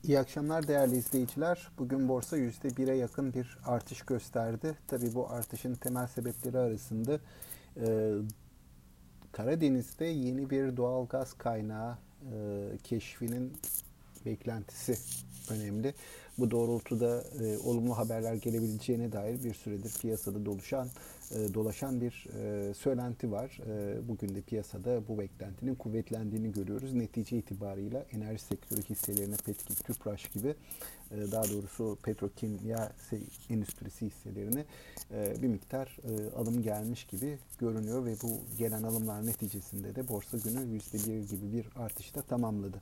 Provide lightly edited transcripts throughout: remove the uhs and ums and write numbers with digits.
İyi akşamlar değerli izleyiciler. Bugün borsa %1'e yakın bir artış gösterdi. Tabii bu artışın temel sebepleri arasında e, Karadeniz'de yeni bir doğal gaz kaynağı keşfinin beklentisi önemli. Bu doğrultuda olumlu haberler gelebileceğine dair bir süredir piyasada dolaşan bir söylenti var. Bugün de piyasada bu beklentinin kuvvetlendiğini görüyoruz. Netice itibarıyla enerji sektörü hisselerine Petkin, Tüpraş gibi daha doğrusu petrokimya endüstrisi hisselerine bir miktar alım gelmiş gibi görünüyor ve bu gelen alımlar neticesinde de borsa günü %1 gibi bir artışla tamamladı.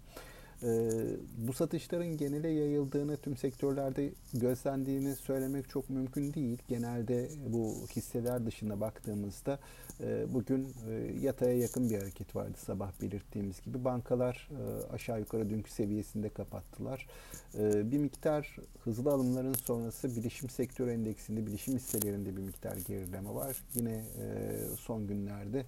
Bu satışların genele yayıldığını, tüm sektörlerde gözlendiğini söylemek çok mümkün değil. Genelde bu hisseler dışında baktığımızda bugün yataya yakın bir hareket vardı sabah belirttiğimiz gibi. Bankalar aşağı yukarı dünkü seviyesinde kapattılar. Bir miktar hızlı alımların sonrası bilişim sektör endeksinde, bilişim hisselerinde bir miktar gerileme var. Yine son günlerde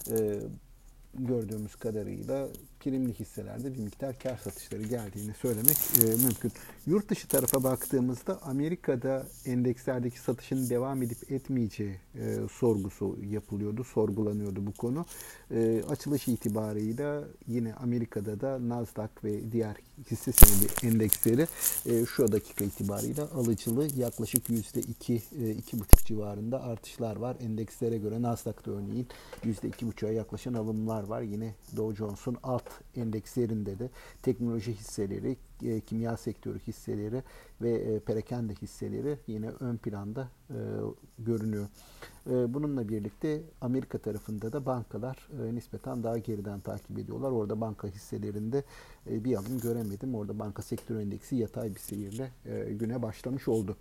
gördüğümüz kadarıyla primli hisselerde bir miktar kar satışları geldiğini söylemek mümkün. Yurt dışı tarafa baktığımızda Amerika'da endekslerdeki satışın devam edip etmeyeceği sorgusu yapılıyordu, sorgulanıyordu bu konu. Açılış itibarıyla yine Amerika'da da Nasdaq ve diğer hisse senedi endeksleri şu dakika itibarıyla alıcılı yaklaşık %2, 2,5 civarında artışlar var. Endekslere göre Nasdaq'ta örneğin %2,5'a yaklaşan alımlar var. Yine Dow Jones'un alt endekslerinde de teknoloji hisseleri, kimya sektörü hisseleri ve perakende hisseleri yine ön planda görünüyor. Bununla birlikte Amerika tarafında da bankalar nispeten daha geriden takip ediyorlar. Orada banka hisselerinde bir alım göremedim. Orada banka sektör endeksi yatay bir seyirle güne başlamış oldu.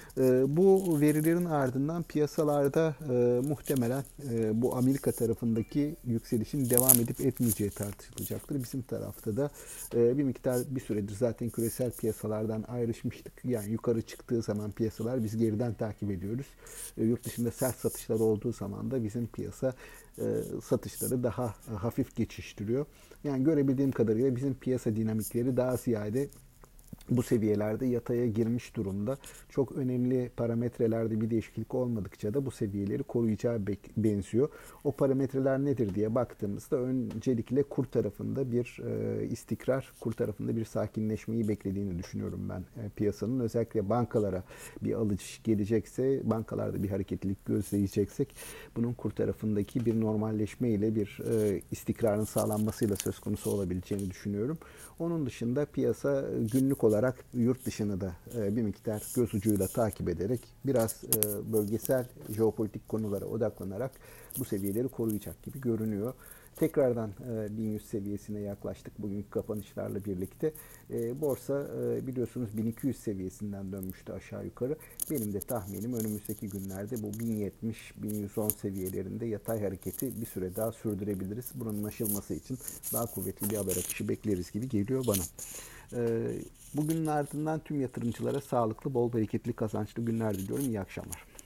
Bu verilerin ardından piyasalarda muhtemelen bu Amerika tarafındaki yükselişin devam edip etmeyeceği tartışılacaktır. Bizim tarafta da bir miktar bir süredir zaten küresel piyasalardan ayrışmıştık. Yani yukarı çıktığı zaman piyasalar biz geriden takip ediyoruz. Yurt dışında sert satışlar olduğu zaman da bizim piyasa satışları daha hafif geçiştiriyor. Yani görebildiğim kadarıyla bizim piyasa dinamikleri daha ziyade bu seviyelerde yataya girmiş durumda. Çok önemli parametrelerde bir değişiklik olmadıkça da bu seviyeleri koruyacağı benziyor. O parametreler nedir diye baktığımızda öncelikle kur tarafında bir istikrar, kur tarafında bir sakinleşmeyi beklediğini düşünüyorum ben piyasanın. Özellikle bankalara bir alış gelecekse, bankalarda bir hareketlilik gözleyeceksek bunun kur tarafındaki bir normalleşme ile bir istikrarın sağlanmasıyla söz konusu olabileceğini düşünüyorum. Onun dışında piyasa günlük olarak yurt dışını da bir miktar göz ucuyla takip ederek biraz bölgesel jeopolitik konulara odaklanarak bu seviyeleri koruyacak gibi görünüyor. Tekrardan 1100 seviyesine yaklaştık bugünkü kapanışlarla birlikte. Borsa biliyorsunuz 1200 seviyesinden dönmüştü aşağı yukarı. Benim de tahminim önümüzdeki günlerde bu 1070-1110 seviyelerinde yatay hareketi bir süre daha sürdürebiliriz. Bunun aşılması için daha kuvvetli bir haber akışı bekleriz gibi geliyor bana. Bugünün ardından tüm yatırımcılara sağlıklı, bol bereketli, kazançlı günler diliyorum. İyi akşamlar.